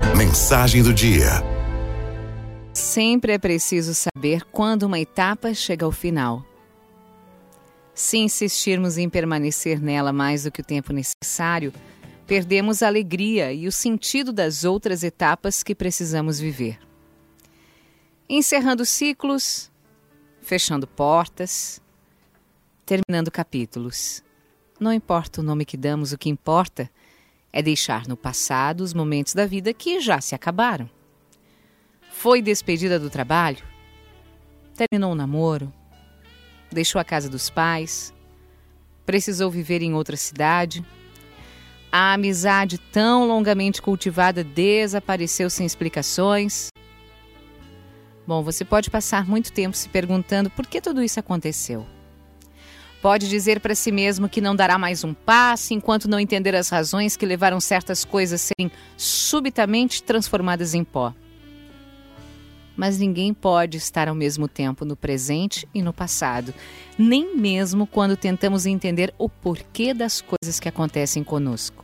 Mensagem do dia. Sempre é preciso saber quando uma etapa chega ao final. Se insistirmos em permanecer nela mais do que o tempo necessário, perdemos a alegria e o sentido das outras etapas que precisamos viver. Encerrando ciclos, fechando portas, terminando capítulos. Não importa o nome que damos, o que importa é deixar no passado os momentos da vida que já se acabaram. Foi despedida do trabalho? Terminou o namoro? Deixou a casa dos pais? Precisou viver em outra cidade? A amizade tão longamente cultivada desapareceu sem explicações? Bom, você pode passar muito tempo se perguntando por que tudo isso aconteceu. Pode dizer para si mesmo que não dará mais um passo enquanto não entender as razões que levaram certas coisas a serem subitamente transformadas em pó. Mas ninguém pode estar ao mesmo tempo no presente e no passado, nem mesmo quando tentamos entender o porquê das coisas que acontecem conosco.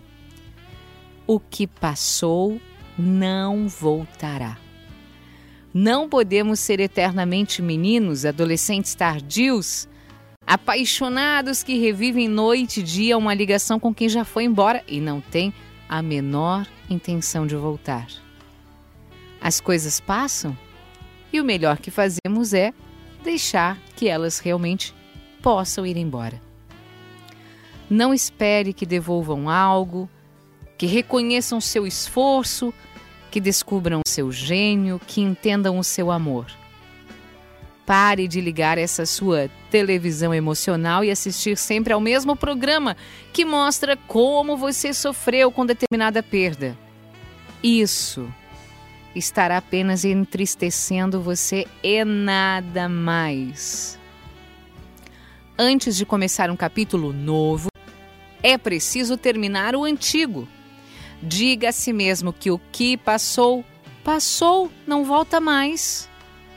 O que passou não voltará. Não podemos ser eternamente meninos, adolescentes tardios, apaixonados que revivem noite e dia uma ligação com quem já foi embora e não tem a menor intenção de voltar. As coisas passam e o melhor que fazemos é deixar que elas realmente possam ir embora. Não espere que devolvam algo, que reconheçam seu esforço, que descubram seu gênio, que entendam o seu amor. Pare de ligar essa sua televisão emocional e assistir sempre ao mesmo programa que mostra como você sofreu com determinada perda. Isso estará apenas entristecendo você e nada mais. Antes de começar um capítulo novo, é preciso terminar o antigo. Diga a si mesmo que o que passou, passou, não volta mais.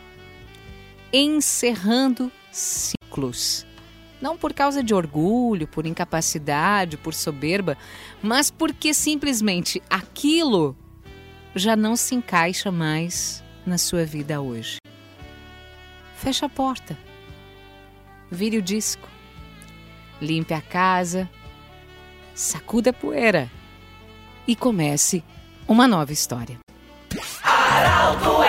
Encerrando ciclos. Não por causa de orgulho, por incapacidade, por soberba, mas porque simplesmente aquilo já não se encaixa mais na sua vida hoje. Feche a porta. Vire o disco. Limpe a casa. Sacuda a poeira. E comece uma nova história. Arauto